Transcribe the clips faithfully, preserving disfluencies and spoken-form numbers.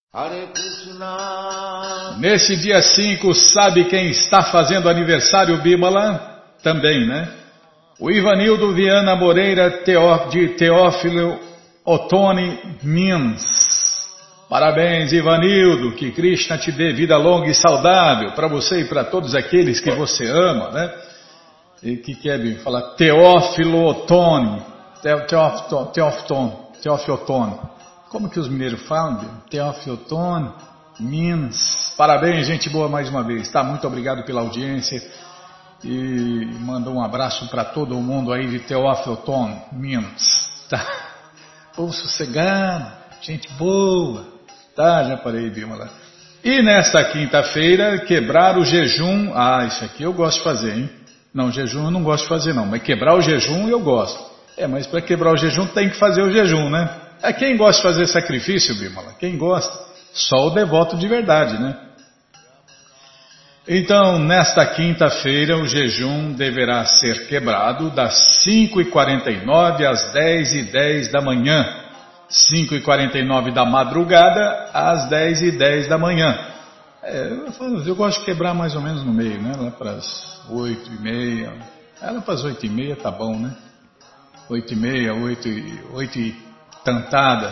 Hare Krishna. Nesse dia cinco, sabe quem está fazendo aniversário, Bímola? Também, né? O Ivanildo Viana Moreira Teó, de Teófilo Otoni Minas. Parabéns, Ivanildo, que Krishna te dê vida longa e saudável para você e para todos aqueles que você ama, né? E que quer falar Teófilo Otoni, Teófilo Teófilo Otoni. Como que os mineiros falam? Teófilo Otoni, Minas. Parabéns, gente boa mais uma vez, tá? Muito obrigado pela audiência e manda um abraço para todo mundo aí de Teófilo Otoni, Minas. Tá? Povo sossegado, gente boa. Tá, já parei, Bímola. E nesta quinta-feira, quebrar o jejum. Ah, isso aqui eu gosto de fazer, hein? Não, jejum eu não gosto de fazer, não. Mas quebrar o jejum eu gosto. É, mas para quebrar o jejum tem que fazer o jejum, né? É quem gosta de fazer sacrifício, Bímola? Quem gosta? Só o devoto de verdade, né? Então, nesta quinta-feira, o jejum deverá ser quebrado das cinco e quarenta e nove às dez e dez da manhã. cinco e quarenta e nove da madrugada às dez e dez da manhã. É, eu, eu gosto de quebrar mais ou menos no meio, né? Lá para as oito e meia. É, lá para as oito e meia tá bom, né? oito e meia, oito e, oito e tantada.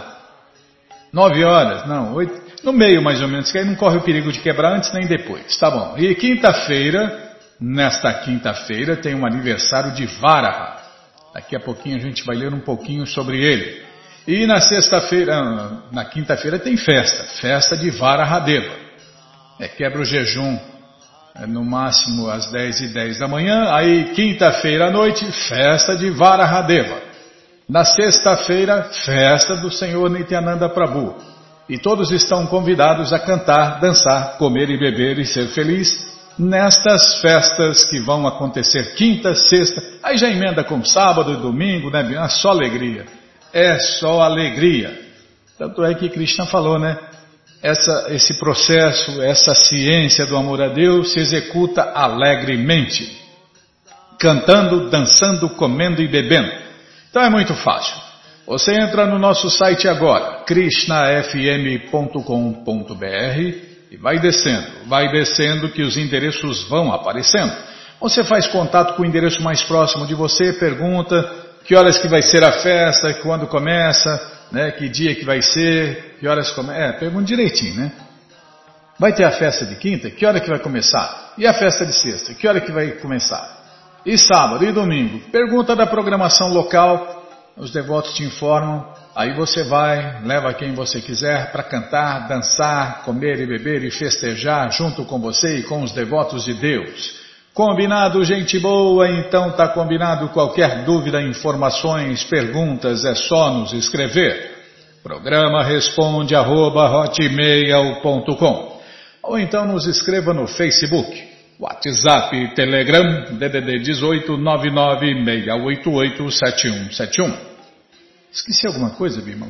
nove horas, não, oito, no meio mais ou menos, que aí não corre o perigo de quebrar antes nem depois. Tá bom. E quinta-feira, nesta quinta-feira, tem um aniversário de Varaha. Daqui a pouquinho a gente vai ler um pouquinho sobre ele. E na sexta-feira, na quinta-feira tem festa, festa de Varahadeva. É, quebra o jejum é, no máximo às dez e dez da manhã, aí quinta-feira à noite, festa de Varahadeva. Na sexta-feira, festa do Senhor Nityananda Prabhu. E todos estão convidados a cantar, dançar, comer e beber e ser feliz nestas festas que vão acontecer quinta, sexta, aí já emenda com sábado e domingo, né? É só alegria. É só alegria. Tanto é que Krishna falou, né? Essa, esse processo, essa ciência do amor a Deus se executa alegremente. Cantando, dançando, comendo e bebendo. Então é muito fácil. Você entra no nosso site agora, krishna f m ponto com ponto b r e vai descendo. Vai descendo que os endereços vão aparecendo. Você faz contato com o endereço mais próximo de você, pergunta... Que horas que vai ser a festa, quando começa, né? Que dia que vai ser, que horas começa. É, pergunta direitinho, né? Vai ter a festa de quinta? Que hora que vai começar? E a festa de sexta? Que hora que vai começar? E sábado e domingo? Pergunta da programação local, os devotos te informam, aí você vai, leva quem você quiser para cantar, dançar, comer e beber e festejar junto com você e com os devotos de Deus. Combinado, gente boa? Então tá combinado. Qualquer dúvida, informações, perguntas, é só nos escrever. Programa responde arroba hotmail ponto com. Ou então nos escreva no Facebook, WhatsApp, Telegram, D D D dezoito, nove nove seis oito oito, sete um sete um. Esqueci alguma coisa, Bímola?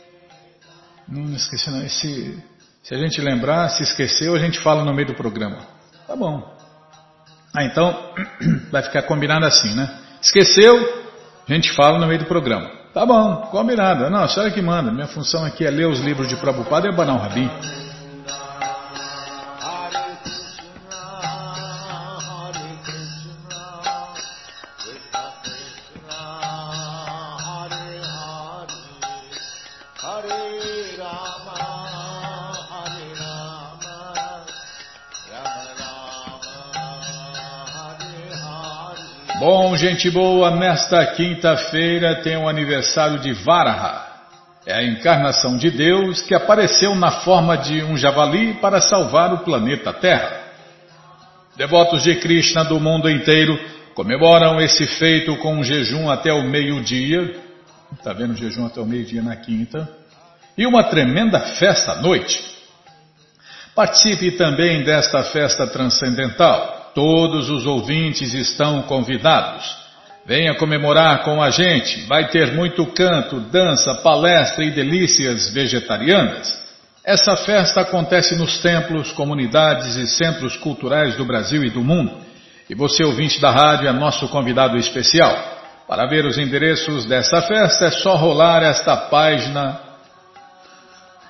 Não esqueci não. Se, se a gente lembrar, se esqueceu, a gente fala no meio do programa. Tá bom. Ah, então, vai ficar combinado assim, né? Esqueceu, a gente fala no meio do programa. Tá bom, combinado. Não, a senhora que manda. Minha função aqui é ler os livros de Prabhupada e abanar o rabinho. Bom, gente boa, nesta quinta-feira tem o aniversário de Varaha. É a encarnação de Deus que apareceu na forma de um javali para salvar o planeta Terra. Devotos de Krishna do mundo inteiro comemoram esse feito com um jejum até o meio-dia. Está vendo o jejum até o meio-dia na quinta? E uma tremenda festa à noite. Participe também desta festa transcendental. Todos os ouvintes estão convidados. Venha comemorar com a gente. Vai ter muito canto, dança, palestra e delícias vegetarianas. Essa festa acontece nos templos, comunidades e centros culturais do Brasil e do mundo. E você, ouvinte da rádio, é nosso convidado especial. Para ver os endereços dessa festa, é só rolar esta página.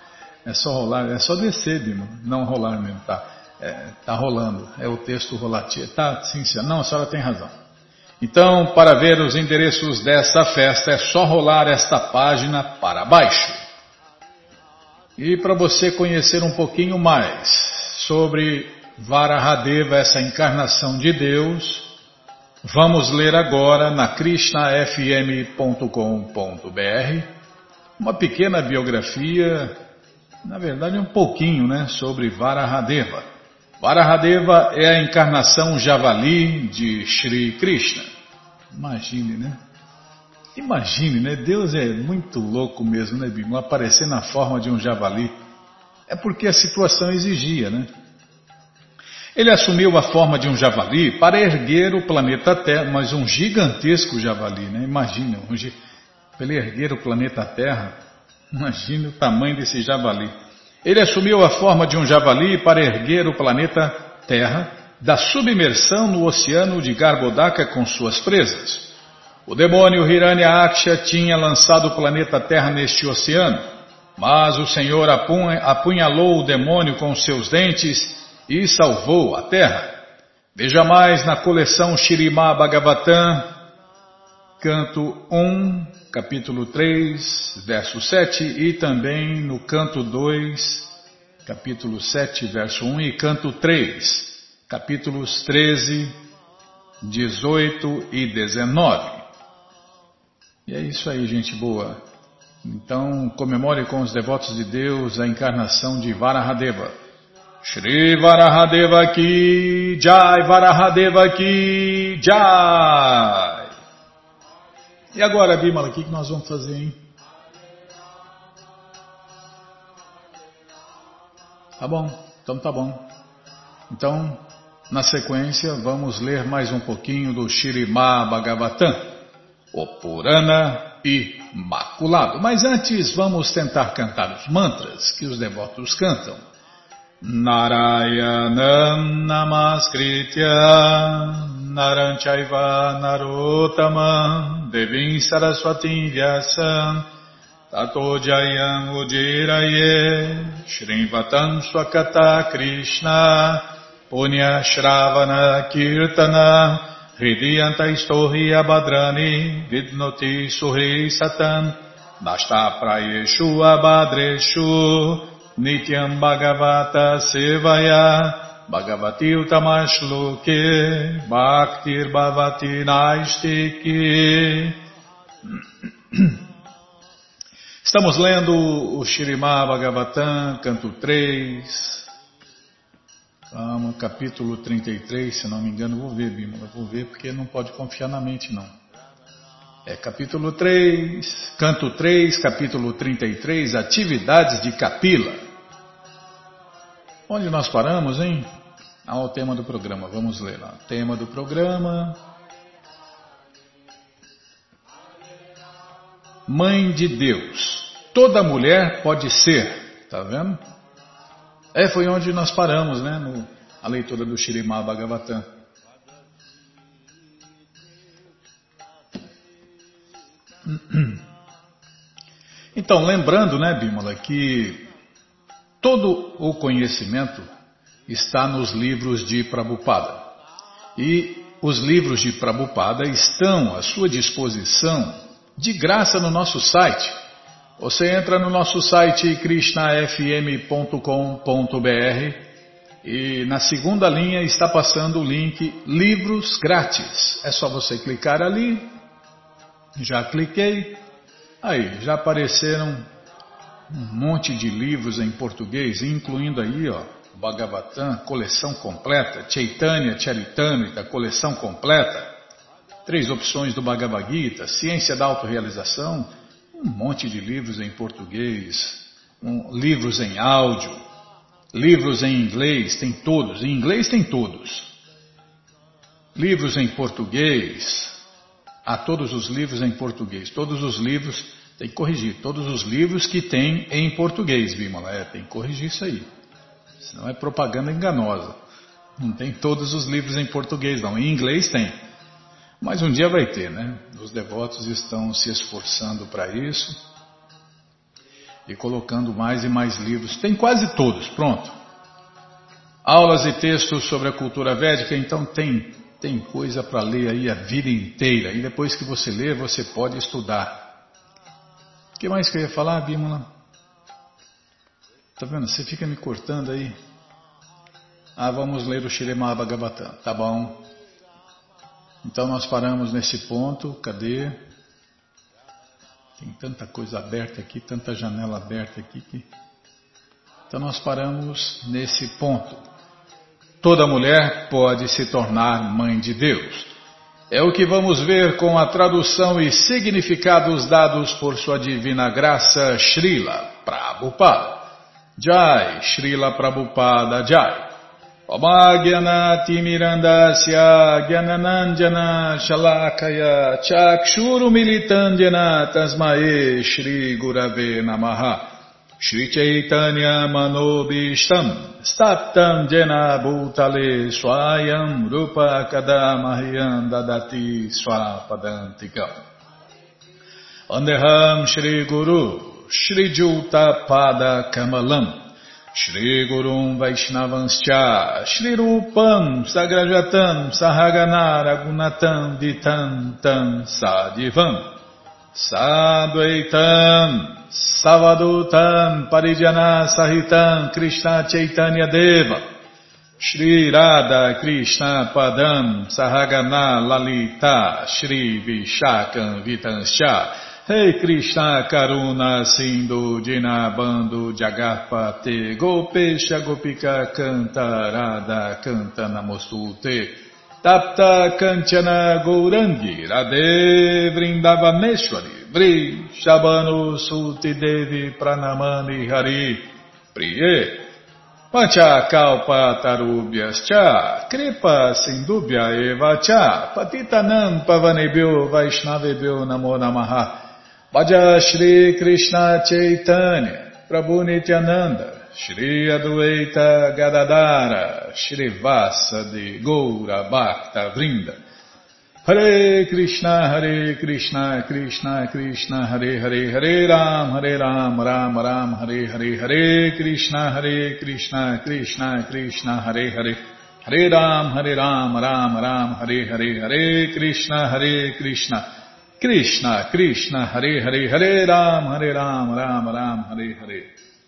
É só rolar, é só descer, Bima. Não rolar mesmo, tá? É, tá rolando. É o texto rolativo. Tá, sim, sim. Não, a senhora tem razão. Então, para ver os endereços desta festa, é só rolar esta página para baixo. E para você conhecer um pouquinho mais sobre Varahadeva, essa encarnação de Deus, vamos ler agora na krishna f m ponto com ponto b r uma pequena biografia, na verdade um pouquinho, né, sobre Varahadeva. Varahadeva é a encarnação javali de Shri Krishna. Imagine, né? Imagine, né? Deus é muito louco mesmo, né, Bíblia? Aparecer na forma de um javali. É porque a situação exigia, né? Ele assumiu a forma de um javali para erguer o planeta Terra, mas um gigantesco javali, né? Imagina, um, para ele erguer o planeta Terra, imagine o tamanho desse javali. Ele assumiu a forma de um javali para erguer o planeta Terra da submersão no oceano de Garbhodaka com suas presas. O demônio Hiranyaksha tinha lançado o planeta Terra neste oceano, mas o Senhor apunhalou o demônio com seus dentes e salvou a Terra. Veja mais na coleção Śrīmad Bhagavatam, canto um, capítulo três, verso sete, e também no canto dois, capítulo sete, verso um, e canto três, capítulos treze, dezoito e dezenove. E é isso aí, gente boa. Então, comemore com os devotos de Deus a encarnação de Varahadeva. Shri Varahadeva Ki Jai, Varahadeva Ki Jai. E agora, Bimala, o que nós vamos fazer, hein? Tá bom, então tá bom. Então, na sequência, vamos ler mais um pouquinho do Śrīmad Bhagavatam, o Purana Imaculado. Mas antes, vamos tentar cantar os mantras que os devotos cantam. Narayanam Namaskritya Naram Chaiva Narottamam Devim Saraswatim Vyasam Tato Jayam Udiraye Shrivatam Swakata Krishna Punya Shravana Kirtana Hridiyanta Istohi Abhadrani Vidnoti Suhri Satam Nashta Prayeshu Abhadreshu Nityam Bhagavata Sevaya Bhagavati Utamashloke Bhaktir Bhavati Naistiki. Estamos lendo o Śrīmad Bhagavatam, canto três, calma, capítulo trinta e três, se não me engano, vou ver, Bímola, vou ver porque não pode confiar na mente não. É capítulo três, canto três, capítulo trinta e três, atividades de Kapila. Onde nós paramos, hein? Ah, o tema do programa, vamos ler lá. Tema do programa. Mãe de Deus. Toda mulher pode ser, tá vendo? É, foi onde nós paramos, né? No, a leitura do Śrīmad Bhagavatam. Então, lembrando, né, Bímola, que todo o conhecimento está nos livros de Prabhupada. E os livros de Prabhupada estão à sua disposição de graça no nosso site. Você entra no nosso site krishna f m ponto com ponto b r e na segunda linha está passando o link Livros Grátis. É só você clicar ali. Já cliquei. Aí, já apareceram um monte de livros em português, incluindo aí, ó, Bhagavatam, coleção completa, Chaitanya Charitamrita, coleção completa, três opções do Bhagavad Gita, Ciência da Autorrealização, um monte de livros em português, um, livros em áudio, livros em inglês, tem todos, em inglês tem todos, livros em português, há todos os livros em português, todos os livros, tem que corrigir, todos os livros que tem em português, Bímola, é, tem que corrigir isso aí, senão é propaganda enganosa, não tem todos os livros em português não, em inglês tem, mas um dia vai ter, né? Os devotos estão se esforçando para isso. e colocando mais e mais livros. Tem quase todos, pronto. Aulas e textos sobre a cultura védica, então tem, tem coisa para ler aí a vida inteira. E depois que você lê, você pode estudar. O que mais que eu ia falar, Bímola? Tá vendo? Você fica me cortando aí. Ah, vamos ler o Śrīmad Bhagavatam. Tá bom. Então nós paramos nesse ponto. Cadê? Tem tanta coisa aberta aqui, tanta janela aberta aqui. Que... Então nós paramos nesse ponto. Toda mulher pode se tornar mãe de Deus. É o que vamos ver com a tradução e significados dados por sua divina graça Srila Prabhupada. Jai, Srila Prabhupada Jai. Oma Gyanati Mirandasya Gyananandjana Shalakaya Chakshuru Militandjana Tasmae Shri Gurave Namaha Shri Chaitanya Manobishtam Staptam Jena Bhutale Swayam Rupa Kadamahyam Dadati Swapadantikam Andeham Shri Guru Shri Juta Pada Kamalam Shri Gurum Vaishnavanscha Shri Rupam Sagrajatam Sahagana Ragunatam Vitantam Sadivam Sadvaitam Savadutam Parijana Sahitam Krishna Chaitanya Deva Shri Radha Krishna Padam Sahagana Lalita Shri Vishakam Vitanscha Rei Krishna Karuna Sindhu Dinabando Jagarpate Gopesha Gopika Canta Radha Canta Namostute Tapta Kanchana Gourangi Radhe Vrindavaneshwari Vri Shabano Suti Devi Pranamani Hari Priye Pancha Kalpa Tarubhyas Cha Kripa Sindubhya Eva Cha Patitanam Pavanebhyo Vaishnavebhyo Namo Namaha Bhaja Shri Krishna Chaitanya Prabhu Nityananda Shri Adwaita Gadadara Shri Vasa de Goura Bhakta Vrinda Hare Krishna Hare Krishna Krishna Krishna Hare Hare Hare Ram Hare Ram Ram Ram Hare Hare Hare Krishna Hare Krishna Krishna Krishna Hare Hare Hare Ram Hare Ram Ram Ram Hare Hare Hare Krishna Hare Krishna Krishna Krishna Hare Hare Hare Ram Hare Ram Ram Ram Hare Hare.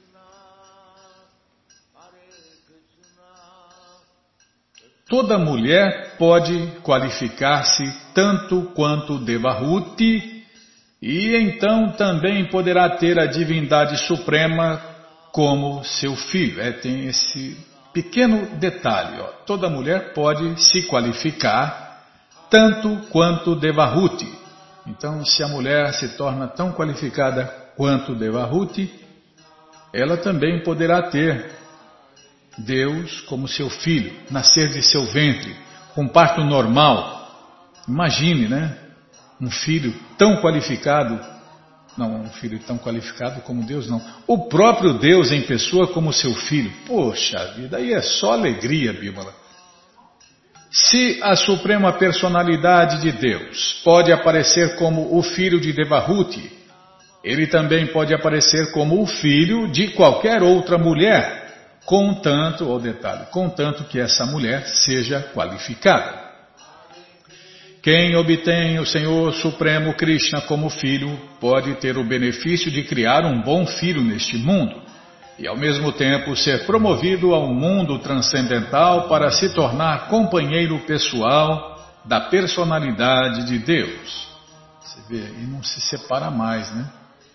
Toda mulher pode qualificar-se tanto quanto Devahuti e então também poderá ter a divindade suprema como seu filho. É, tem esse pequeno detalhe. Ó. Toda mulher pode se qualificar tanto quanto Devahuti. Então, se a mulher se torna tão qualificada quanto Devahuti, ela também poderá ter Deus como seu filho, nascer de seu ventre, com parto normal. Imagine, né? Um filho tão qualificado, não um filho tão qualificado como Deus, não. O próprio Deus em pessoa como seu filho. Poxa vida, aí é só alegria, Bímola. Se a Suprema Personalidade de Deus pode aparecer como o filho de Devahuti, ele também pode aparecer como o filho de qualquer outra mulher, contanto, ou detalhe, contanto que essa mulher seja qualificada. Quem obtém o Senhor Supremo Krishna como filho pode ter o benefício de criar um bom filho neste mundo e ao mesmo tempo ser promovido ao mundo transcendental para se tornar companheiro pessoal da personalidade de Deus. Você vê, e não se separa mais, né?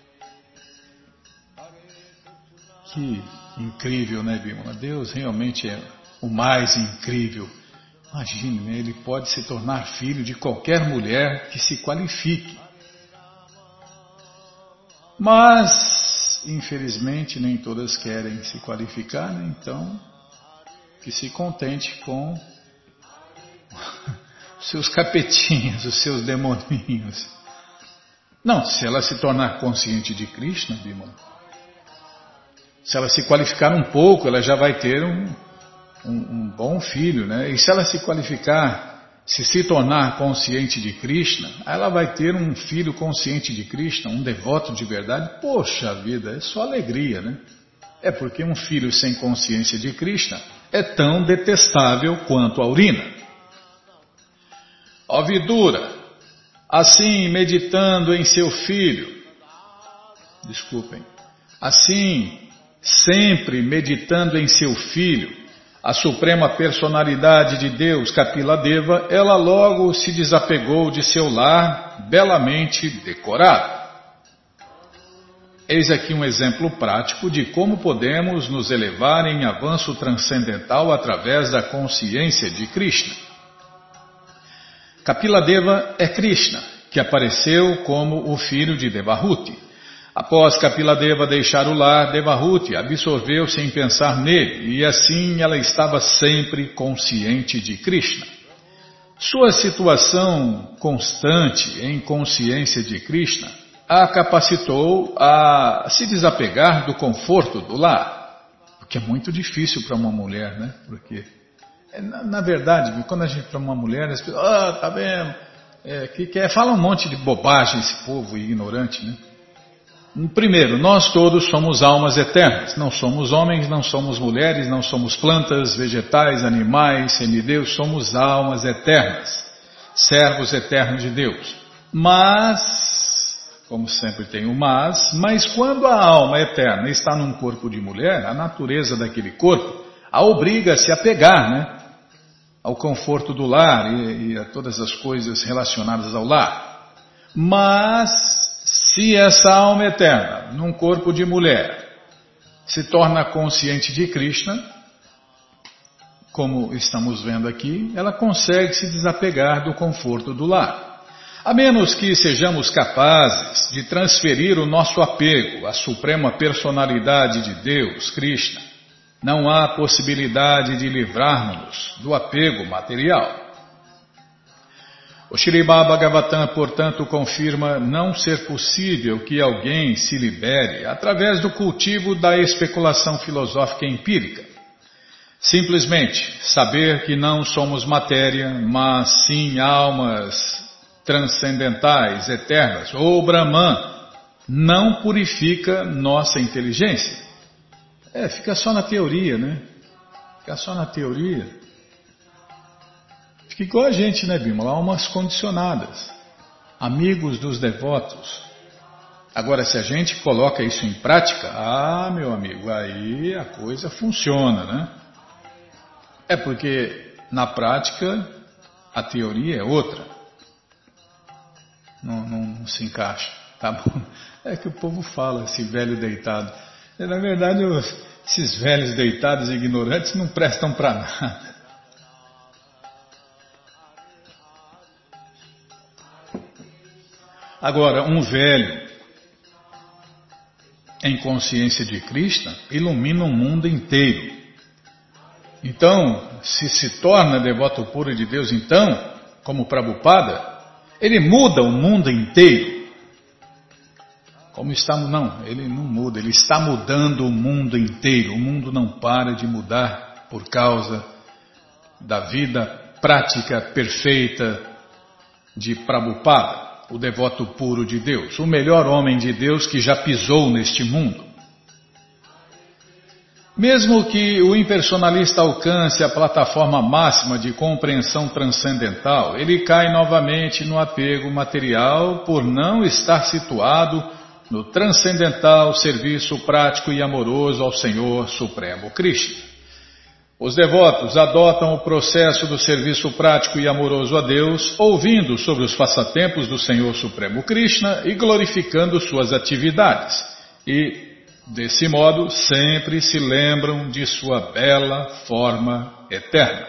Que incrível, né, Bímola? Deus realmente é o mais incrível. Imagine, né? Ele pode se tornar filho de qualquer mulher que se qualifique. Mas, infelizmente, nem todas querem se qualificar, né? Então, que se contente com os seus capetinhos, os seus demoninhos. Não, se ela se tornar consciente de Krishna, Bímola, se ela se qualificar um pouco, ela já vai ter um, um, um bom filho, né? E se ela se qualificar se se tornar consciente de Krishna, ela vai ter um filho consciente de Krishna, um devoto de verdade. Poxa vida, é só alegria, né? É porque um filho sem consciência de Krishna é tão detestável quanto a urina. Ó Vidura, assim meditando em seu filho, desculpem, assim sempre meditando em seu filho, a suprema personalidade de Deus, Kapila-deva, ela logo se desapegou de seu lar belamente decorado. Eis aqui um exemplo prático de como podemos nos elevar em avanço transcendental através da consciência de Krishna. Kapila-deva é Krishna, que apareceu como o filho de Devahuti. Após Kapila-deva deixar o lar, Devahuti absorveu sem pensar nele, e assim ela estava sempre consciente de Krishna. Sua situação constante em consciência de Krishna a capacitou a se desapegar do conforto do lar, o que é muito difícil para uma mulher, né? Porque, na, na verdade, quando a gente para uma mulher, as pessoas, ah, tá vendo, é, que quer, fala um monte de bobagem esse povo ignorante, né? Primeiro, nós todos somos almas eternas, não somos homens, não somos mulheres, não somos plantas, vegetais, animais, semideus, somos almas eternas, servos eternos de Deus. Mas, como sempre tem o mas, mas quando a alma eterna está num corpo de mulher, a natureza daquele corpo a obriga a se apegar, né, ao conforto do lar e, e a todas as coisas relacionadas ao lar. Mas se essa alma eterna, num corpo de mulher, se torna consciente de Krishna, como estamos vendo aqui, ela consegue se desapegar do conforto do lar. A menos que sejamos capazes de transferir o nosso apego à suprema personalidade de Deus, Krishna, não há possibilidade de livrarmos-nos do apego material. O Śrīmad Bhagavatam, portanto, confirma não ser possível que alguém se libere através do cultivo da especulação filosófica empírica. Simplesmente saber que não somos matéria, mas sim almas transcendentais, eternas, ou Brahman, não purifica nossa inteligência. É, fica só na teoria, né? Fica só na teoria. Fica igual a gente, né, Bímola? Almas condicionadas, amigos dos devotos. Agora, se a gente coloca isso em prática, ah, meu amigo, aí a coisa funciona, né? É porque, na prática, a teoria é outra. Não, não, não se encaixa, tá bom? É que o povo fala, esse velho deitado. Na verdade, os, esses velhos deitados e ignorantes não prestam para nada. Agora, um velho em consciência de Krishna ilumina o mundo inteiro. Então, se se torna devoto puro de Deus, então, como Prabhupada, ele muda o mundo inteiro. Como está, não, ele não muda, ele está mudando o mundo inteiro. O mundo não para de mudar por causa da vida prática perfeita de Prabhupada, o devoto puro de Deus, o melhor homem de Deus que já pisou neste mundo. Mesmo que o impersonalista alcance a plataforma máxima de compreensão transcendental, ele cai novamente no apego material por não estar situado no transcendental serviço prático e amoroso ao Senhor Supremo Krishna. Os devotos adotam o processo do serviço prático e amoroso a Deus, ouvindo sobre os passatempos do Senhor Supremo Krishna e glorificando suas atividades. E, desse modo, sempre se lembram de sua bela forma eterna.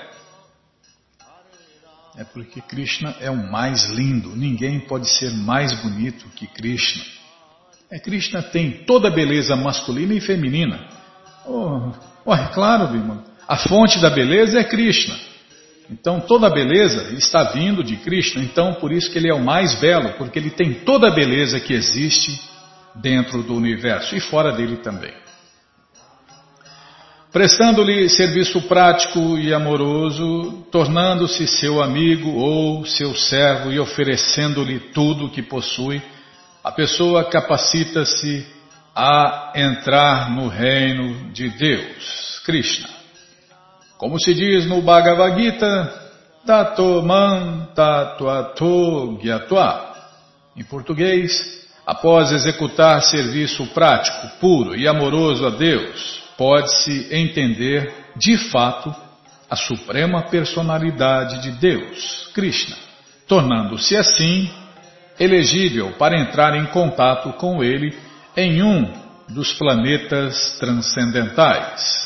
É porque Krishna é o mais lindo, ninguém pode ser mais bonito que Krishna. É, Krishna tem toda a beleza masculina e feminina. Oh, oh, é claro, Bimala. A fonte da beleza é Krishna. Então toda a beleza está vindo de Krishna. Então por isso que ele é o mais belo, porque ele tem toda a beleza que existe dentro do universo e fora dele também. prestando-lhe serviço prático e amoroso, tornando-se seu amigo ou seu servo e oferecendo-lhe tudo o que possui, a pessoa capacita-se a entrar no reino de Deus, Krishna. Como se diz no Bhagavad Gita, Tato man tatuato gyatva. Em português, após executar serviço prático, puro e amoroso a Deus, pode-se entender, de fato, a suprema personalidade de Deus, Krishna, tornando-se assim elegível para entrar em contato com Ele em um dos planetas transcendentais.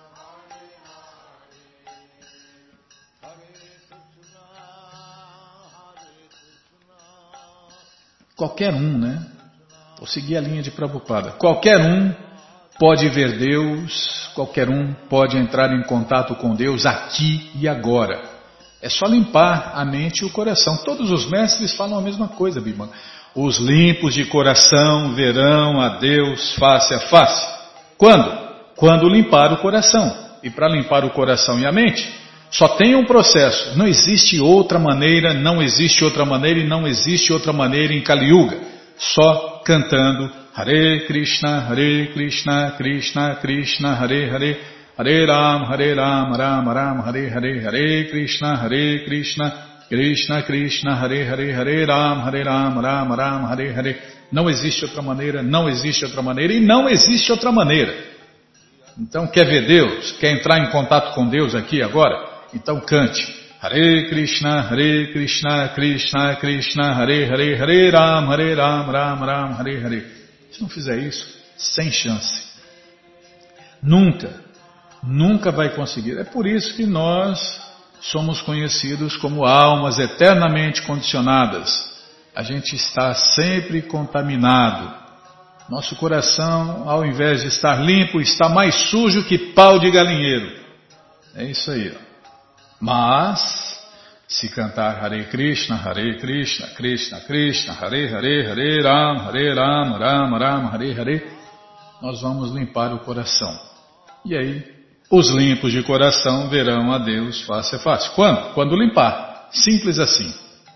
Qualquer um, né? Vou seguir a linha de Prabhupada. Qualquer um pode ver Deus, qualquer um pode entrar em contato com Deus aqui e agora. É só limpar a mente e o coração. Todos os mestres falam a mesma coisa, Bimala. Os limpos de coração verão a Deus face a face. Quando? Quando limpar o coração. E para limpar o coração e a mente, só tem um processo. Não existe outra maneira, não existe outra maneira e não existe outra maneira em Kali Yuga. Só cantando Hare Krishna, Hare Krishna, Krishna Krishna, Hare Hare, Hare Ram, Hare Ram, Ram Ram, Hare Hare, Hare Krishna, Hare Krishna, Krishna Krishna, Hare Hare, Hare Ram, Hare Ram, Ram Ram, Hare Hare. Não existe outra maneira, não existe outra maneira e não existe outra maneira. Então quer ver Deus? Quer entrar em contato com Deus aqui agora? Então cante Hare Krishna, Hare Krishna, Krishna Krishna, Hare Hare, Hare Ram, Hare Ram, Ram Ram, Hare Hare. Se não fizer isso, sem chance. Nunca, nunca vai conseguir. É por isso que nós somos conhecidos como almas eternamente condicionadas. A gente está sempre contaminado. Nosso coração, ao invés de estar limpo, está mais sujo que pau de galinheiro. É isso aí, ó. Mas, se cantar Hare Krishna, Hare Krishna, Krishna Krishna, Hare Hare, Hare Ram, Hare Ram, Ram Ram, Hare Hare, nós vamos limpar o coração. E aí, os limpos de coração verão a Deus face a face. Quando? Quando limpar. Simples assim.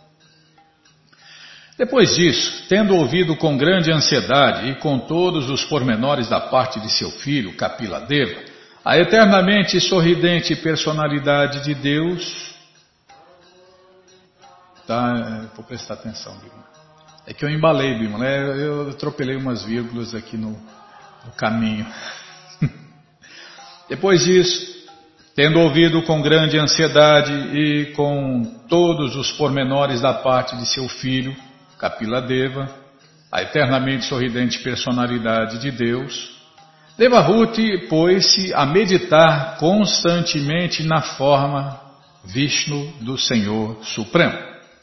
Depois disso, tendo ouvido com grande ansiedade e com todos os pormenores da parte de seu filho, Kapila Deva, a eternamente sorridente personalidade de Deus... Tá, vou prestar atenção, Bímola. É que eu embalei, Bímola. Eu atropelei umas vírgulas aqui no, no caminho. Depois disso, tendo ouvido com grande ansiedade e com todos os pormenores da parte de seu filho, Kapila Deva, a eternamente sorridente personalidade de Deus, Devahuti pôs-se a meditar constantemente na forma Vishnu do Senhor Supremo.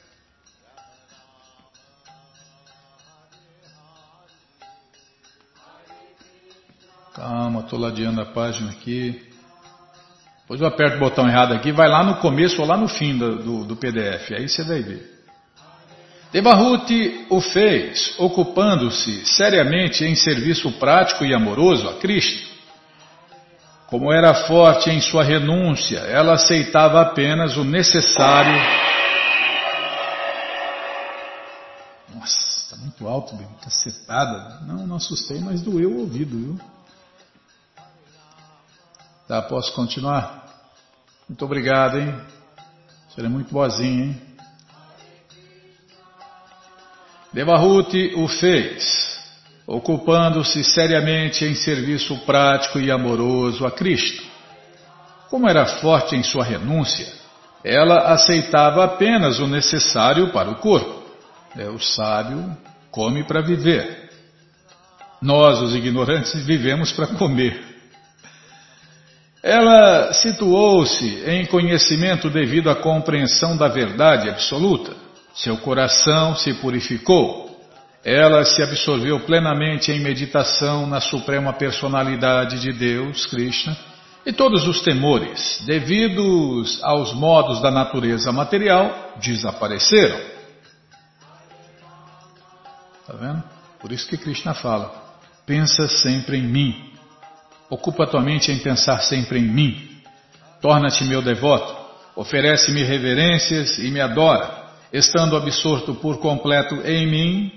Calma, estou ladeando a página aqui. Depois eu aperto o botão errado aqui, vai lá no começo ou lá no fim do, do, do P D F, aí você vai ver. Devahuti o fez, ocupando-se seriamente em serviço prático e amoroso a Krishna. Como era forte em sua renúncia, ela aceitava apenas o necessário. Nossa, está muito alto, bem, cacetada. Não, não assustei, mas doeu o ouvido, viu? Tá, posso continuar? Muito obrigado, hein? Você é muito boazinha, hein? Devahuti o fez, ocupando-se seriamente em serviço prático e amoroso a Krishna. Como era forte em sua renúncia, ela aceitava apenas o necessário para o corpo. É, o sábio come para viver. Nós, os ignorantes, vivemos para comer. Ela situou-se em conhecimento devido à compreensão da verdade absoluta. Seu coração se purificou. Ela se absorveu plenamente em meditação na suprema personalidade de Deus, Krishna, e todos os temores, devidos aos modos da natureza material, desapareceram. Está vendo? Por isso que Krishna fala, pensa sempre em mim. Ocupa tua mente em pensar sempre em mim. Torna-te meu devoto. Oferece-me reverências e me adora. Estando absorto por completo em mim,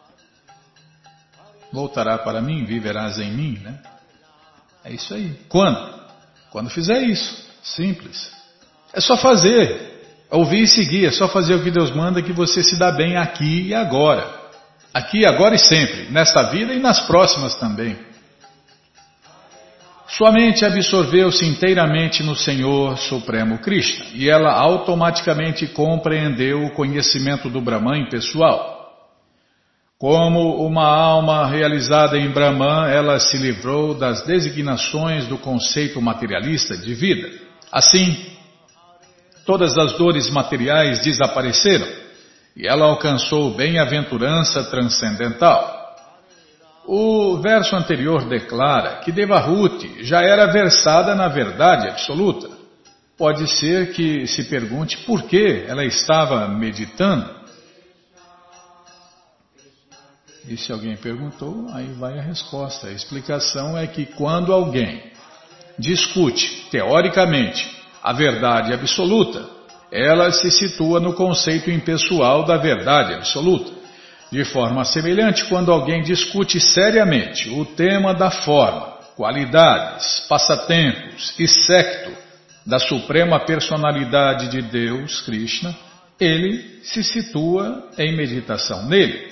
voltará para mim, viverás em mim, né? É isso aí. Quando? Quando fizer isso. Simples. É só fazer. Ouvir e seguir. É só fazer o que Deus manda que você se dá bem aqui e agora. Aqui, agora e sempre. Nesta vida e nas próximas também. Sua mente absorveu-se inteiramente no Senhor Supremo Krishna e ela automaticamente compreendeu o conhecimento do Brahman pessoal. Como uma alma realizada em Brahman, ela se livrou das designações do conceito materialista de vida. Assim, todas as dores materiais desapareceram e ela alcançou bem-aventurança transcendental. O verso anterior declara que Devahuti já era versada na verdade absoluta. Pode ser que se pergunte por que ela estava meditando. E se alguém perguntou, aí vai a resposta. A explicação é que quando alguém discute, teoricamente, a verdade absoluta, ela se situa no conceito impessoal da verdade absoluta. De forma semelhante, quando alguém discute seriamente o tema da forma, qualidades, passatempos e secto da Suprema Personalidade de Deus, Krishna, ele se situa em meditação nele.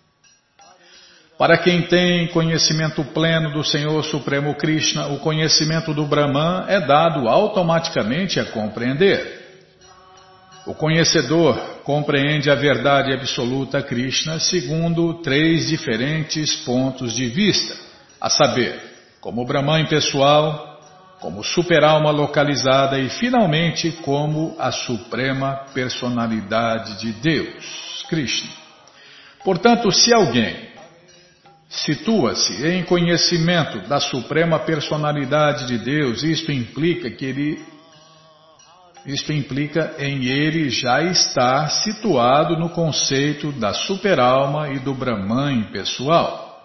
Para quem tem conhecimento pleno do Senhor Supremo Krishna, o conhecimento do Brahman é dado automaticamente a compreender. O conhecedor compreende a verdade absoluta Krishna segundo três diferentes pontos de vista, a saber, como Brahman pessoal, como super-alma localizada e, finalmente, como a Suprema Personalidade de Deus, Krishna. Portanto, se alguém situa-se em conhecimento da Suprema Personalidade de Deus, isto implica que ele Isto implica em ele já estar situado no conceito da super-alma e do Brahman pessoal.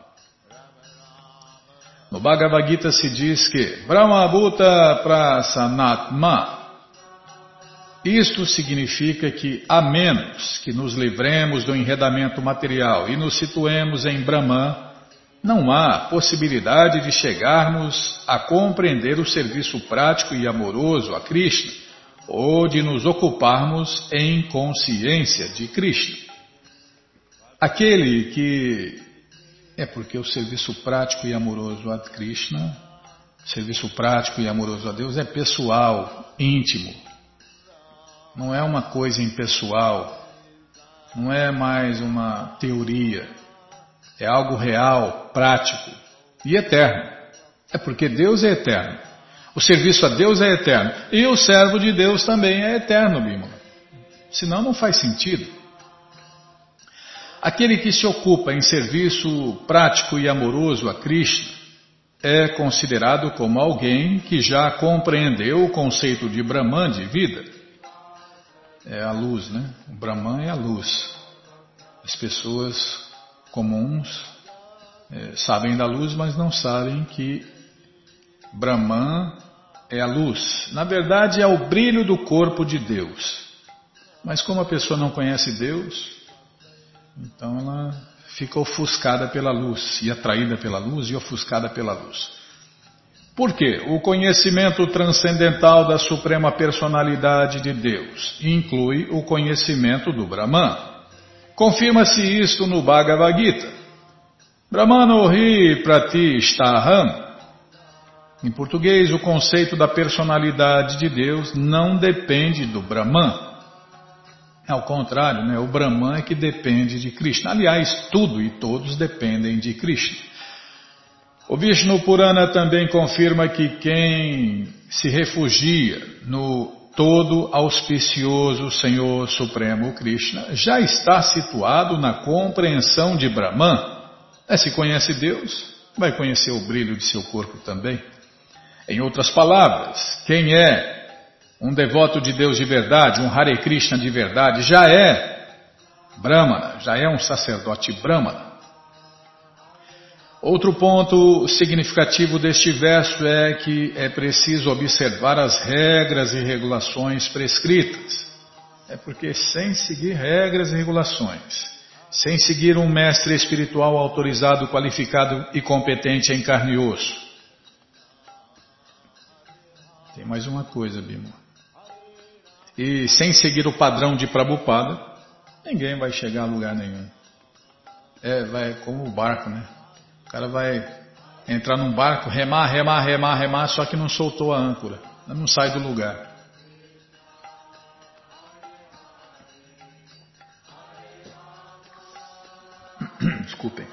No Bhagavad Gita se diz que Brahma Bhuta Prasanatma. Isto significa que, a menos que nos livremos do enredamento material e nos situemos em Brahman, não há possibilidade de chegarmos a compreender o serviço prático e amoroso a Krishna, ou de nos ocuparmos em consciência de Krishna. Aquele que... É porque o serviço prático e amoroso a Krishna, serviço prático e amoroso a Deus é pessoal, íntimo. Não é uma coisa impessoal, não é mais uma teoria. É algo real, prático e eterno. É porque Deus é eterno. O serviço a Deus é eterno. E o servo de Deus também é eterno, Bímola. Senão não faz sentido. Aquele que se ocupa em serviço prático e amoroso a Krishna é considerado como alguém que já compreendeu o conceito de Brahman de vida. É a luz, né? O Brahman é a luz. As pessoas comuns é, sabem da luz, mas não sabem que Brahman é a luz. Na verdade, é o brilho do corpo de Deus. Mas como a pessoa não conhece Deus, então ela fica ofuscada pela luz, e atraída pela luz e ofuscada pela luz. Por quê? O conhecimento transcendental da Suprema Personalidade de Deus inclui o conhecimento do Brahman. Confirma-se isto no Bhagavad Gita. Brahmano hi pratishtaham. Em português, o conceito da personalidade de Deus não depende do Brahman. Ao contrário, né? O Brahman é que depende de Krishna. Aliás, tudo e todos dependem de Krishna. O Vishnu Purana também confirma que quem se refugia no todo auspicioso Senhor Supremo Krishna já está situado na compreensão de Brahman. É, se conhece Deus, vai conhecer o brilho de seu corpo também. Em outras palavras, quem é um devoto de Deus de verdade, um Hare Krishna de verdade, já é Brahmana, já é um sacerdote Brahmana. Outro ponto significativo deste verso é que é preciso observar as regras e regulações prescritas. É porque sem seguir regras e regulações, sem seguir um mestre espiritual autorizado, qualificado e competente em carne e osso. Tem mais uma coisa, Bima. E sem seguir o padrão de Prabhupada, ninguém vai chegar a lugar nenhum. É, vai como o barco, né? O cara vai entrar num barco, remar, remar, remar, remar, só que não soltou a âncora. Não sai do lugar. Desculpem.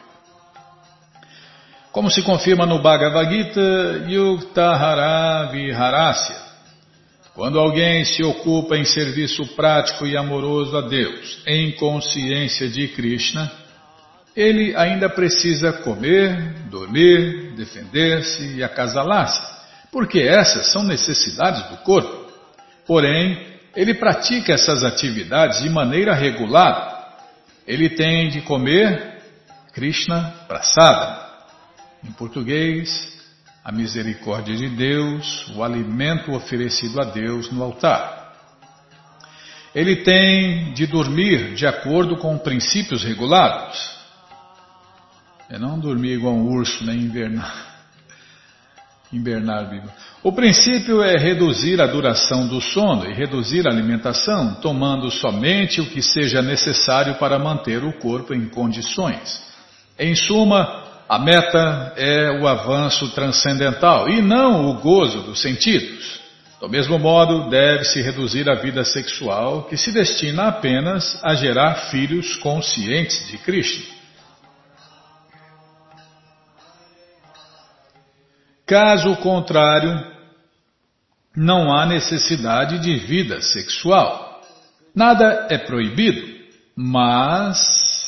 Como se confirma no Bhagavad Gita, Yuktahara Viharasya, quando alguém se ocupa em serviço prático e amoroso a Deus, em consciência de Krishna, ele ainda precisa comer, dormir, defender-se e acasalar-se, porque essas são necessidades do corpo. Porém, ele pratica essas atividades de maneira regulada. Ele tem de comer Krishna Prasada. Em português, a misericórdia de Deus, o alimento oferecido a Deus no altar. Ele tem de dormir de acordo com princípios regulados. É não dormir igual um urso, nem invernar. Invernar, Bíblia. O princípio é reduzir a duração do sono e reduzir a alimentação, tomando somente o que seja necessário para manter o corpo em condições. Em suma, a meta é o avanço transcendental e não o gozo dos sentidos. Do mesmo modo, deve-se reduzir a vida sexual, que se destina apenas a gerar filhos conscientes de Krishna. Caso contrário, não há necessidade de vida sexual. Nada é proibido, mas...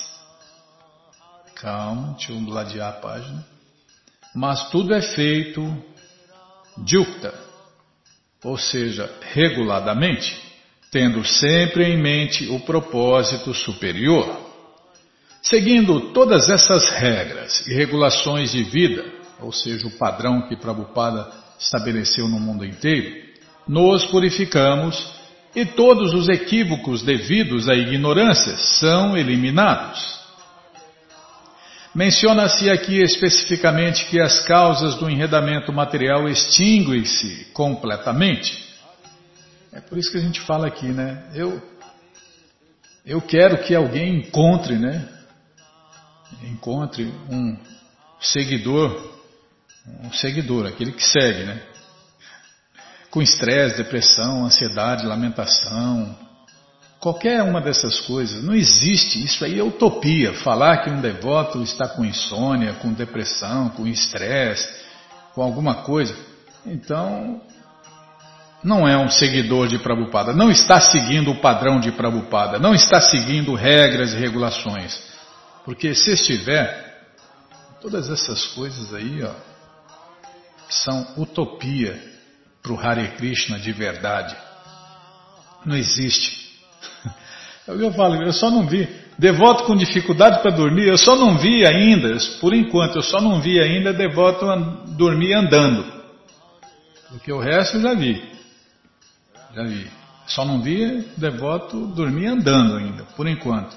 Calma, deixa eu ladear a página. Mas tudo é feito yukta, ou seja, reguladamente, tendo sempre em mente o propósito superior. Seguindo todas essas regras e regulações de vida, ou seja, o padrão que Prabhupada estabeleceu no mundo inteiro, nos purificamos e todos os equívocos devidos à ignorância são eliminados. Menciona-se aqui especificamente que as causas do enredamento material extinguem-se completamente. É por isso que a gente fala aqui, né? Eu, eu quero que alguém encontre, né? Encontre um seguidor, um seguidor, aquele que segue, né? Com estresse, depressão, ansiedade, lamentação, qualquer uma dessas coisas. Não existe, isso aí é utopia. Falar que um devoto está com insônia, com depressão, com estresse, com alguma coisa. Então, não é um seguidor de Prabhupada, não está seguindo o padrão de Prabhupada, não está seguindo regras e regulações. Porque se estiver, todas essas coisas aí, ó, são utopia para o Hare Krishna de verdade. Não existe. É o que eu falo, eu só não vi. Devoto com dificuldade para dormir, eu só não vi ainda, por enquanto, eu só não vi ainda devoto dormir andando. Porque o resto eu já vi. Já vi. Só não vi devoto dormir andando ainda, por enquanto.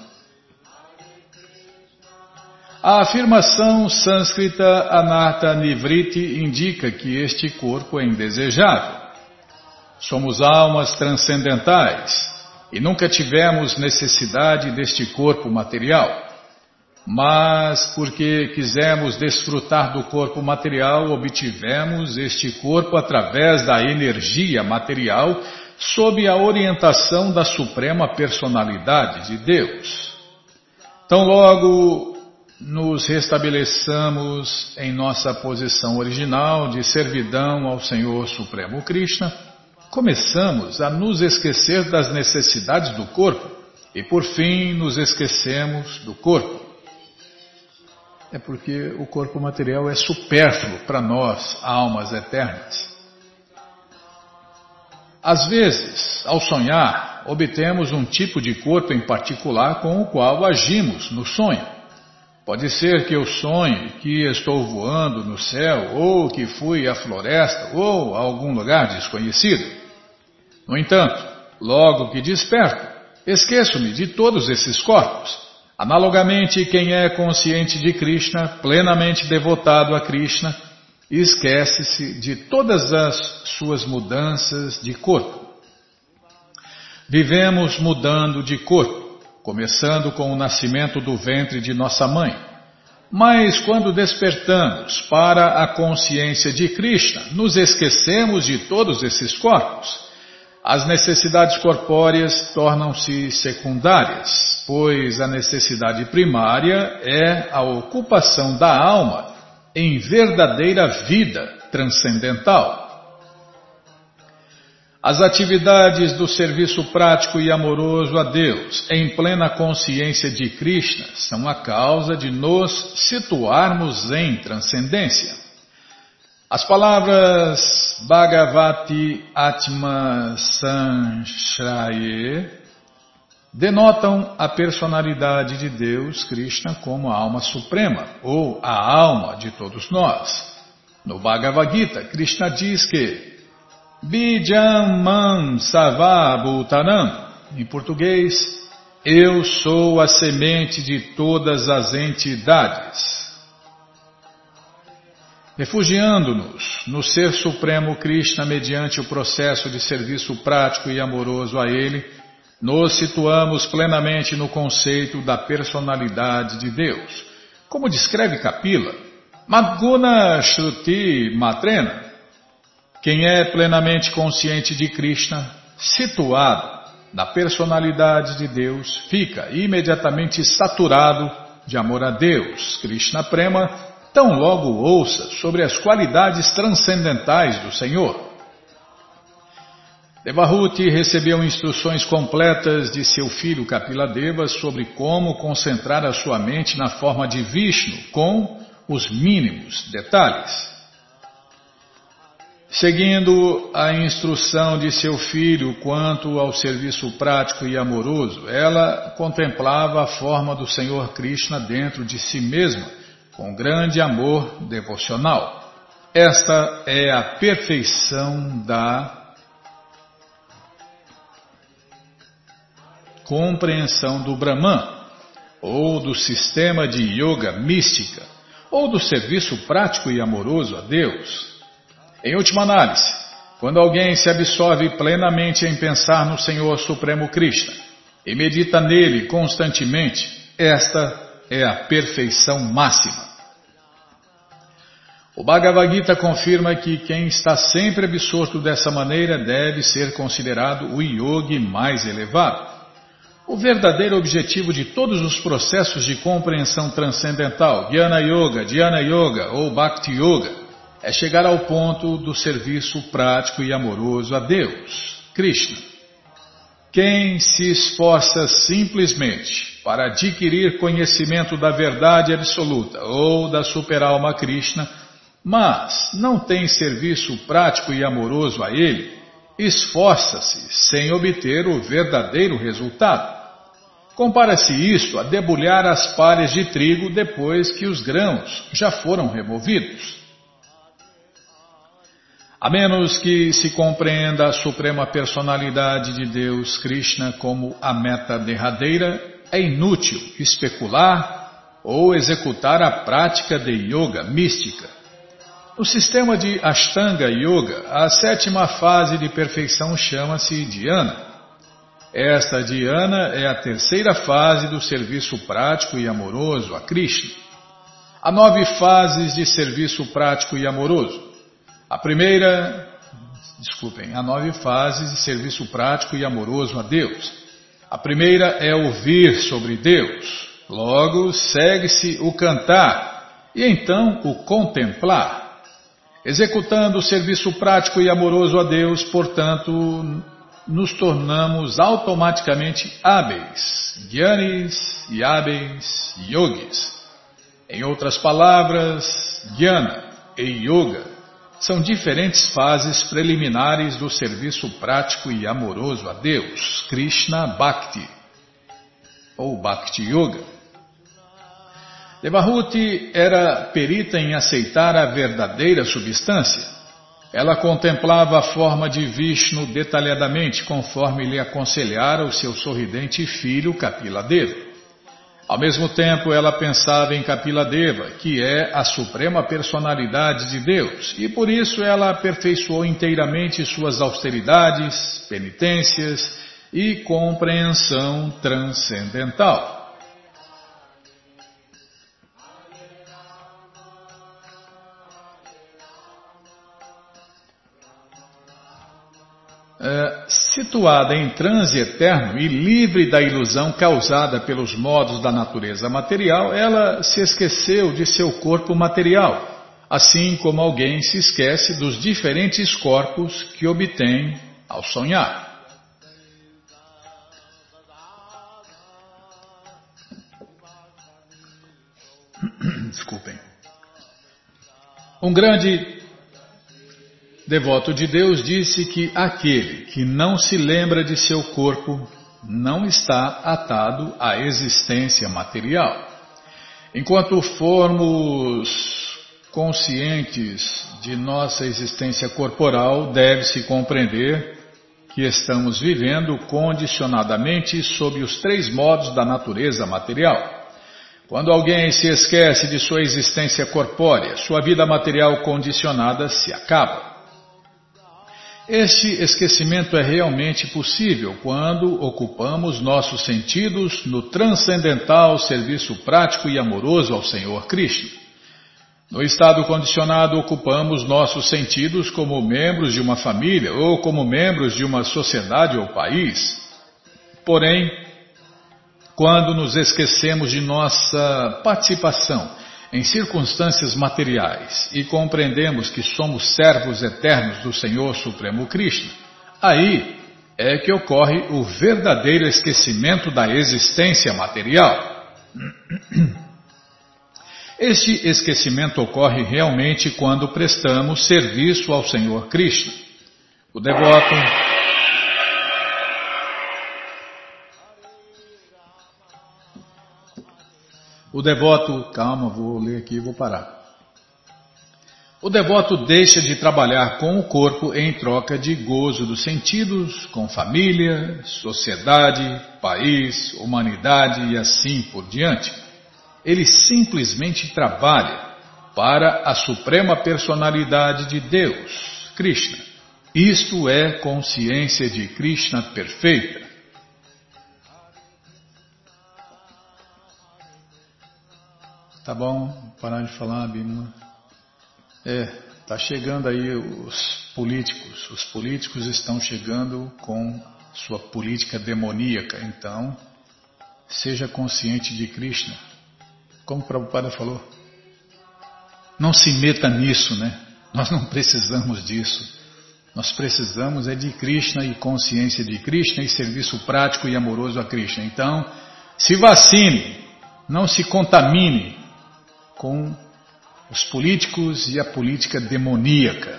A afirmação sânscrita Anartha Nivriti indica que este corpo é indesejável. Somos almas transcendentais e nunca tivemos necessidade deste corpo material. Mas, porque quisemos desfrutar do corpo material, obtivemos este corpo através da energia material, sob a orientação da Suprema Personalidade de Deus. Então, logo nos restabeleçamos em nossa posição original de servidão ao Senhor Supremo Krishna, começamos a nos esquecer das necessidades do corpo e, por fim, nos esquecemos do corpo. É porque o corpo material é supérfluo para nós, almas eternas. Às vezes, ao sonhar, obtemos um tipo de corpo em particular com o qual agimos no sonho. Pode ser que eu sonhe que estou voando no céu, ou que fui à floresta, ou a algum lugar desconhecido. No entanto, logo que desperto, esqueço-me de todos esses corpos. Analogamente, quem é consciente de Krishna, plenamente devotado a Krishna, esquece-se de todas as suas mudanças de corpo. Vivemos mudando de corpo, começando com o nascimento do ventre de nossa mãe. Mas quando despertamos para a consciência de Krishna, nos esquecemos de todos esses corpos. As necessidades corpóreas tornam-se secundárias, pois a necessidade primária é a ocupação da alma em verdadeira vida transcendental. As atividades do serviço prático e amoroso a Deus, em plena consciência de Krishna, são a causa de nos situarmos em transcendência. As palavras Bhagavati Atma Sanshraye denotam a personalidade de Deus, Krishna, como a alma suprema, ou a alma de todos nós. No Bhagavad Gita, Krishna diz que Bijam Mam Sava Bhutanam, em português, eu sou a semente de todas as entidades. Refugiando-nos no Ser Supremo Krishna mediante o processo de serviço prático e amoroso a Ele, nos situamos plenamente no conceito da personalidade de Deus. Como descreve Kapila, Madguna Shruti Matrena, quem é plenamente consciente de Krishna, situado na personalidade de Deus, fica imediatamente saturado de amor a Deus, Krishna Prema, tão logo ouça sobre as qualidades transcendentais do Senhor. Devahuti recebeu instruções completas de seu filho Kapiladeva sobre como concentrar a sua mente na forma de Vishnu, com os mínimos detalhes. Seguindo a instrução de seu filho quanto ao serviço prático e amoroso, ela contemplava a forma do Senhor Krishna dentro de si mesma, com grande amor devocional. Esta é a perfeição da compreensão do Brahman, ou do sistema de yoga mística, ou do serviço prático e amoroso a Deus. Em última análise, quando alguém se absorve plenamente em pensar no Senhor Supremo Krishna e medita nele constantemente, esta é a perfeição máxima. O Bhagavad Gita confirma que quem está sempre absorto dessa maneira deve ser considerado o yogi mais elevado. O verdadeiro objetivo de todos os processos de compreensão transcendental, Jnana Yoga, Dhyana Yoga ou Bhakti Yoga, é chegar ao ponto do serviço prático e amoroso a Deus, Krishna. Quem se esforça simplesmente para adquirir conhecimento da verdade absoluta ou da superalma Krishna, mas não tem serviço prático e amoroso a Ele, esforça-se sem obter o verdadeiro resultado. Compara-se isto a debulhar as palhas de trigo depois que os grãos já foram removidos. A menos que se compreenda a suprema personalidade de Deus, Krishna, como a meta derradeira, é inútil especular ou executar a prática de yoga mística. No sistema de Ashtanga Yoga, a sétima fase de perfeição chama-se Dhyana. Esta Dhyana é a terceira fase do serviço prático e amoroso a Krishna. Há nove fases de serviço prático e amoroso. A primeira, desculpem, há nove fases de serviço prático e amoroso a Deus. A primeira é ouvir sobre Deus. Logo, segue-se o cantar e então o contemplar. Executando o serviço prático e amoroso a Deus, portanto, nos tornamos automaticamente hábeis, gyanis e hábeis yogis. Em outras palavras, jnana e yoga são diferentes fases preliminares do serviço prático e amoroso a Deus, Krishna Bhakti, ou Bhakti Yoga. Devahuti era perita em aceitar a verdadeira substância. Ela contemplava a forma de Vishnu detalhadamente, conforme lhe aconselhara o seu sorridente filho Kapila-deva. Ao mesmo tempo, ela pensava em Kapila-deva, que é a suprema personalidade de Deus, e por isso ela aperfeiçoou inteiramente suas austeridades, penitências e compreensão transcendental. Uh, situada em transe eterno e livre da ilusão causada pelos modos da natureza material, ela se esqueceu de seu corpo material, assim como alguém se esquece dos diferentes corpos que obtém ao sonhar. Desculpem. Um grande devoto de Deus disse que aquele que não se lembra de seu corpo não está atado à existência material. Enquanto formos conscientes de nossa existência corporal, deve-se compreender que estamos vivendo condicionadamente sob os três modos da natureza material. Quando alguém se esquece de sua existência corpórea, sua vida material condicionada se acaba. Este esquecimento é realmente possível quando ocupamos nossos sentidos no transcendental serviço prático e amoroso ao Senhor Krishna. No estado condicionado, ocupamos nossos sentidos como membros de uma família ou como membros de uma sociedade ou país. Porém, quando nos esquecemos de nossa participação em circunstâncias materiais e compreendemos que somos servos eternos do Senhor Supremo Krishna, aí é que ocorre o verdadeiro esquecimento da existência material. Este esquecimento ocorre realmente quando prestamos serviço ao Senhor Krishna. O devoto O devoto, calma, vou ler aqui e vou parar. O devoto deixa de trabalhar com o corpo em troca de gozo dos sentidos, com família, sociedade, país, humanidade e assim por diante. Ele simplesmente trabalha para a suprema personalidade de Deus, Krishna. Isto é consciência de Krishna perfeita. Tá bom, parar de falar, Bimala. É, tá chegando aí os políticos. Os políticos estão chegando com sua política demoníaca. Então, seja consciente de Krishna. Como o Prabhupada falou, não se meta nisso, né? Nós não precisamos disso. Nós precisamos é de Krishna e consciência de Krishna e serviço prático e amoroso a Krishna. Então, se vacine, não se contamine com os políticos e a política demoníaca.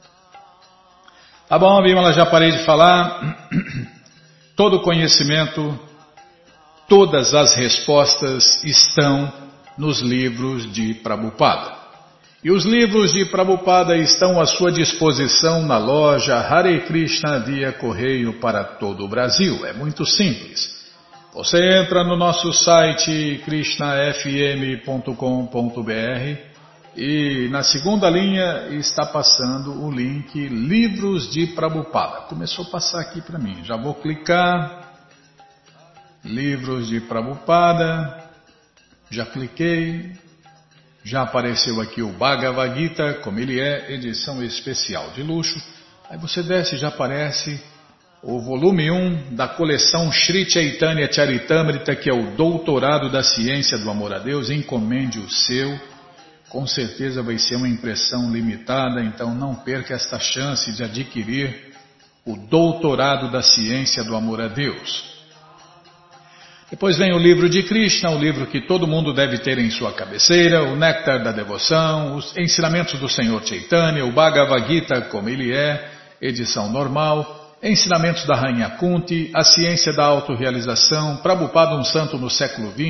Tá bom, Bimala, já parei de falar. Todo conhecimento, todas as respostas estão nos livros de Prabhupada. E os livros de Prabhupada estão à sua disposição na loja Hare Krishna via correio para todo o Brasil. É muito simples. Você entra no nosso site krishna f m ponto com ponto b r e na segunda linha está passando o link Livros de Prabhupada. Começou a passar aqui para mim. Já vou clicar. Livros de Prabhupada. Já cliquei. Já apareceu aqui o Bhagavad Gita, como ele é, edição especial de luxo. Aí você desce e já aparece o volume um da coleção Sri Chaitanya Charitamrita, que é o Doutorado da Ciência do Amor a Deus. Encomende o seu, com certeza vai ser uma impressão limitada, então não perca esta chance de adquirir o Doutorado da Ciência do Amor a Deus. Depois vem o livro de Krishna, o livro que todo mundo deve ter em sua cabeceira, o Néctar da Devoção, os ensinamentos do Senhor Chaitanya, o Bhagavad Gita, como ele é, edição normal, ensinamentos da Rainha Kunti, a ciência da autorrealização, Prabhupada um santo no século vinte,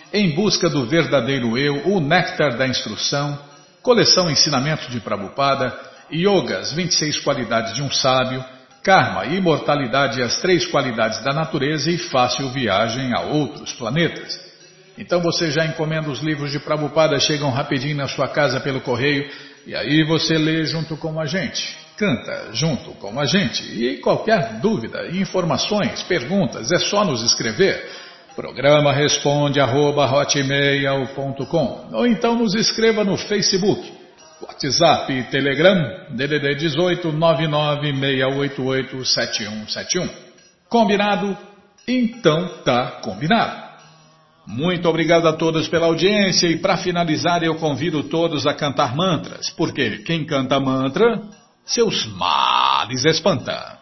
Em Busca do Verdadeiro Eu, O Néctar da Instrução, Coleção Ensinamentos de Prabhupada, Yoga, as vinte e seis Qualidades de um Sábio, Karma, Imortalidade e as Três Qualidades da Natureza e Fácil Viagem a Outros Planetas. Então você já encomenda os livros de Prabhupada, chegam rapidinho na sua casa pelo correio, e aí você lê junto com a gente, canta junto com a gente. E qualquer dúvida, informações, perguntas, é só nos escrever. Programa responde arroba hotmail ponto com, ou então nos escreva no Facebook, WhatsApp e Telegram, D D D dezoito, nove nove seis oito oito, sete um sete um. Combinado? Então tá combinado. Muito obrigado a todos pela audiência e para finalizar eu convido todos a cantar mantras, porque quem canta mantra, seus males espanta.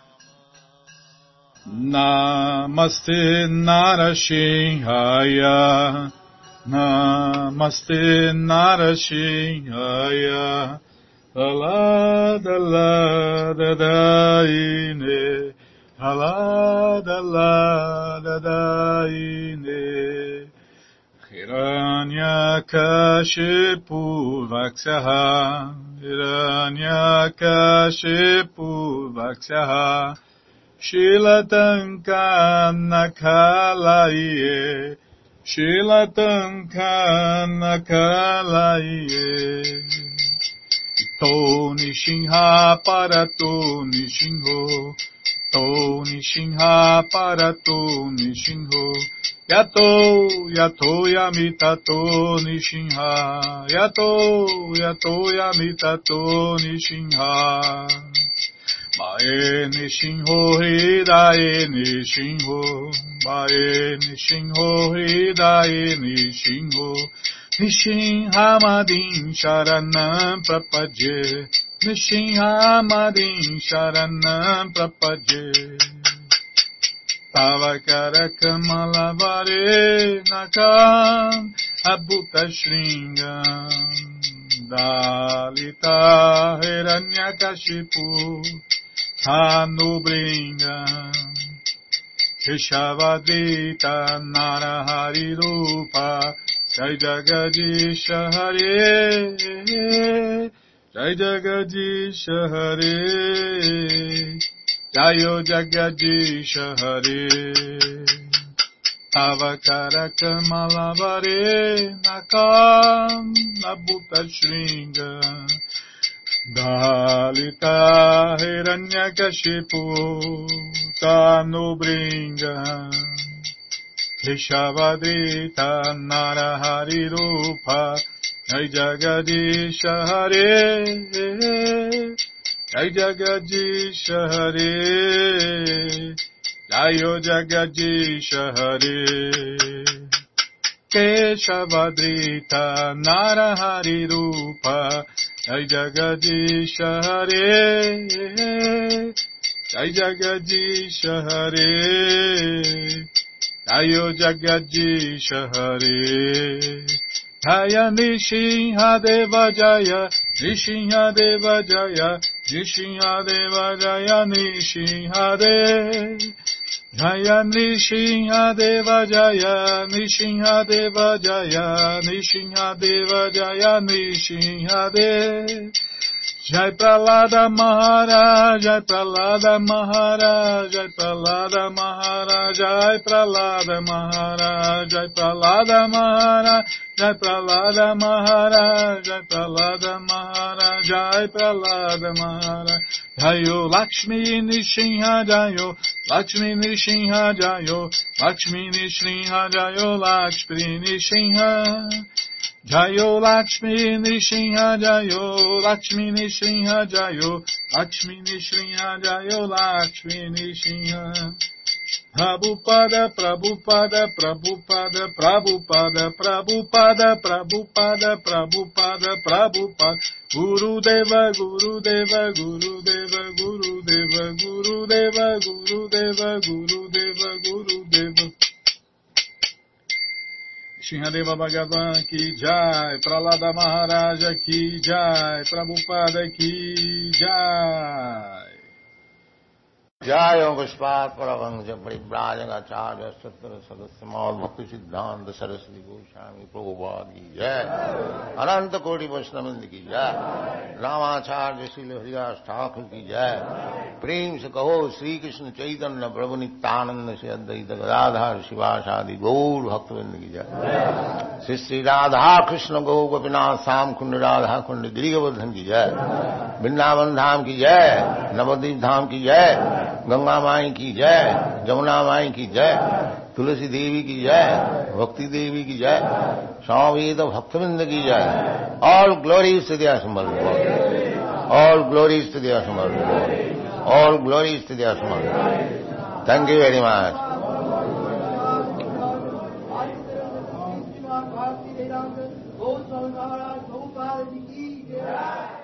Namaste Narashinhaya, Namaste Narashinhaya, Alada Lada Daine, Alada Lada Daine, Hiranyakashipu Vaksyaha, Hiranyakashipu Vaksyaha, Shilatankanakalaye, Shilatankanakalaye, To Nishinha Parato Nishinho, To Nishinha Parato Nishinho, Yato, Yato Yamitato Nishinha, Yato, Yato Yamitato Nishinha, Mae Nishinho Hidae Nishinho, Mae Nishinho Hidae Nishinho, Nishinhamadin Sharanam Prapadye, Nishinhamadin Sharanam Prapadye, Tavakara Kamalavare Nakam Abhuta Shringam, Dalita Hiranyakashipu Hanubringam, Keshavadita Narahari Rupa, Jai Jagadisha Hare, Jai Jagadisha Hare, Jayo Jagadisha Hare, Avakara Kamalavare Nakam Abhuta Shringam, Dalita Hiranyakashipu Tanubringam, Keshavadita Narahari Rupa, Jai Jagadisha Hare, Jai Jagadisha Hare, Jayo Jagadisha Hare, Keshavadita Narahari Rupa, Jai Jagadisha Hare, Jai Jagadisha Hare, Jayo Jagadisha Hare, Jaya Nishinha Deva Jaya, Nishinha Deva Jaya, Nishinha Deva Jaya, Nishinha De, Jaya Nishinha Deva Jaya, Nishinha Deva Jaya, Nishinha Deva Jaya, Nishinha De, Jai Pralada Maharaj, Jai Pralada Maharaj, Jai Pralada Maharaj, Jai Pralada Maharaj, Jai Pralada Maharaj, Jai Pralada Maharaj, Jai Pralada Maharaj, Jai Pralada Maharaj, Jayo Lakshmi Nishinha Jayo, Lakshmi Nishinha Jayo, Lakshmi Nishinha Jayo, Lakshmi Nishinha, Jayo Lakshmi Nishinha Jayo, Lakshmi Nishinha Jayo, Lakshmi Nishinha Jayo, Lakshmi Nishinha, Prabhupada, Prabhupada, Prabhupada, Prabhupada, Prabhupada, Prabhupada, Prabhupada, Prabhupada, Guru Deva, Guru Deva, Guru Deva, Guru Deva, Guru Deva, Guru Deva, Guru Deva, Guru Deva. Shinhadeva Bhagavan ki jai, Pralada Maharaja ki jai, Prabhupada ki jai. जय पुष्पात परमहंस परिव्राजकाचार्य सत्र सदस्य मौल भक्ति सिद्धांत सरस्वती गोस्वामी प्रभुपाद की जय। अनंत कोटि वैष्णववृंद की जय। रामाचार्य श्रील हरिदास ठाकुर की जय। प्रेम से कहो श्री कृष्ण चैतन्य प्रभु नित्यानंद से अद्वैत गदाधर शिवासादि गौर भक्तवृंद की जय। श्री श्री राधा कृष्ण गौ गोपीनाथ श्याम कुंड राधा कुंड गिरिवर्धन की जय। वृंदावन धाम की जय। नवद्वीप धाम की जय। गंगा माई की जय। जमुना माई की जय। तुलसी देवी की जय। भक्ति देवी की जय। स्वामी भक्तवृंद की जय। ऑल ग्लोरीज टू द समर्थ गॉड। ऑल ग्लोरीज टू द समर्थ गॉड। ऑल ग्लोरीज टू द समर्थ। थैंक यू वेरी मच। Goswami Maharaj Prabhupada Ji ki jai.